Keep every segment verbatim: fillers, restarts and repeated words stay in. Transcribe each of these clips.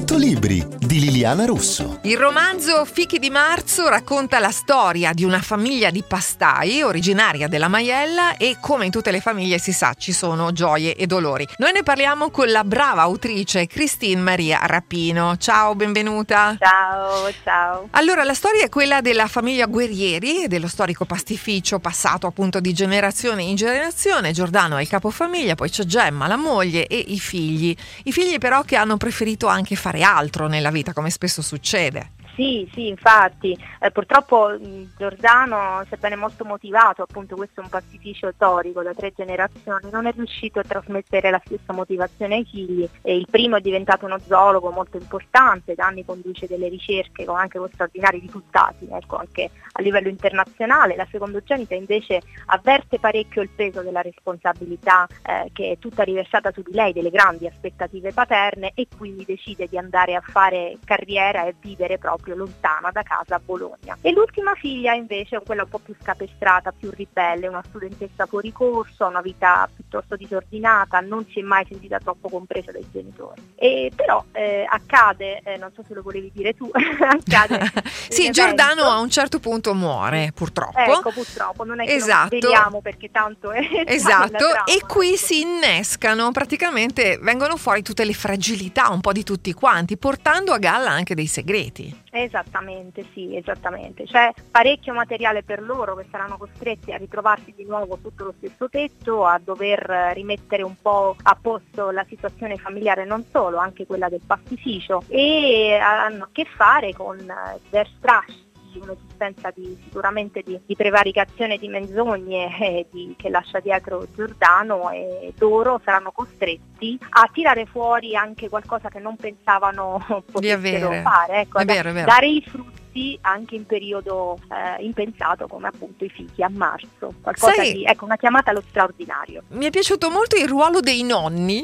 cento libri di Liliana Russo. Il romanzo Fichi di Marzo racconta la storia di una famiglia di pastai originaria della Maiella e, come in tutte le famiglie si sa, ci sono gioie e dolori. Noi ne parliamo con la brava autrice Christine Maria Rapino. Ciao, benvenuta. Ciao, ciao. Allora, la storia è quella della famiglia Guerrieri, dello storico pastificio passato appunto di generazione in generazione. Giordano è il capofamiglia, poi c'è Gemma, la moglie, e i figli. I figli però che hanno preferito anche fare altro nella vita, come spesso succede. Sì, sì, infatti, eh, purtroppo mh, Giordano, sebbene molto motivato, appunto questo è un pastificio storico da tre generazioni, non è riuscito a trasmettere la stessa motivazione ai figli. E il primo è diventato uno zoologo molto importante, da anni conduce delle ricerche con anche con straordinari risultati, ecco, anche a livello internazionale. La secondogenita invece avverte parecchio il peso della responsabilità eh, che è tutta riversata su di lei, delle grandi aspettative paterne, e quindi decide di andare a fare carriera e vivere proprio lontana da casa a Bologna. E l'ultima figlia invece è quella un po' più scapestrata, più ribelle, una studentessa fuori corso, ha una vita piuttosto disordinata, non si è mai sentita troppo compresa dai genitori. E però eh, accade, eh, non so se lo volevi dire tu, accade sì, Giordano a un certo punto muore, purtroppo. Ecco, purtroppo, non è che esatto. non vediamo perché tanto è esatto, trama, e qui ecco. si innescano, praticamente vengono fuori tutte le fragilità un po' di tutti quanti, portando a galla anche dei segreti. Esattamente, sì, esattamente. C'è parecchio materiale per loro che saranno costretti a ritrovarsi di nuovo sotto lo stesso tetto, a dover rimettere un po' a posto la situazione familiare, non solo, anche quella del pastificio, e hanno a che fare con der Strash, un'esistenza di, sicuramente di, di prevaricazione, di menzogne eh, di, che lascia dietro Giordano, e loro saranno costretti a tirare fuori anche qualcosa che non pensavano potessero fare, ecco, è da, vero, è vero. dare i frutti anche in periodo eh, impensato come appunto i fichi a marzo, qualcosa Sai, di, ecco, una chiamata allo straordinario. Mi è piaciuto molto il ruolo dei nonni,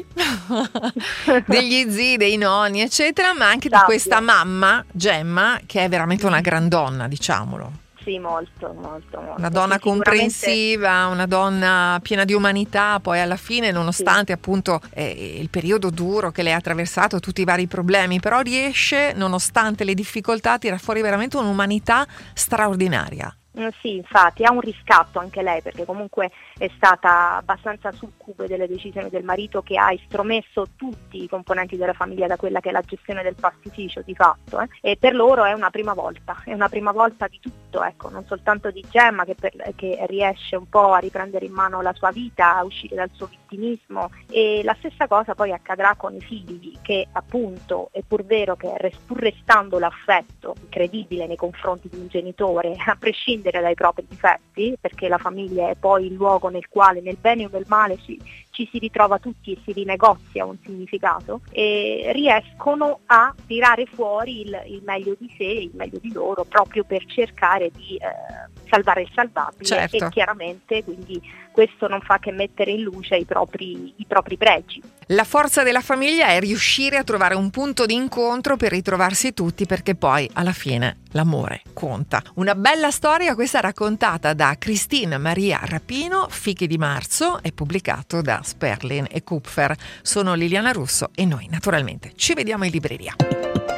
degli zii, dei nonni eccetera, ma anche Sabbia. Di questa mamma Gemma, che è veramente una gran donna, diciamolo. Sì, molto, molto, molto. Una donna sì, comprensiva, una donna piena di umanità, poi alla fine, nonostante sì. appunto eh, il periodo duro che lei ha attraversato, tutti i vari problemi, però riesce, nonostante le difficoltà, a tirar fuori veramente un'umanità straordinaria. Mm, sì, infatti ha un riscatto anche lei, perché comunque è stata abbastanza succube delle decisioni del marito, che ha estromesso tutti i componenti della famiglia da quella che è la gestione del pastificio di fatto, eh. E per loro è una prima volta, è una prima volta di tutto, ecco, non soltanto di Gemma che, per, che riesce un po' a riprendere in mano la sua vita, a uscire dal suo vittimismo, e la stessa cosa poi accadrà con i figli, che appunto è pur vero che pur restando l'affetto incredibile nei confronti di un genitore, a prescindere dai propri difetti, perché la famiglia è poi il luogo nel quale nel bene o nel male ci, ci si ritrova tutti e si rinegozia un significato, e riescono a tirare fuori il, il meglio di sé, il meglio di loro, proprio per cercare di eh, salvare il salvabile. Certo. E chiaramente quindi questo non fa che mettere in luce i propri, i propri pregi. La forza della famiglia è riuscire a trovare un punto di incontro per ritrovarsi tutti, perché poi alla fine l'amore conta. Una bella storia questa, raccontata da Christine Maria Rapino. Fichi di Marzo è pubblicato da Sperlin e Kupfer. Sono Liliana Russo e noi naturalmente ci vediamo in libreria.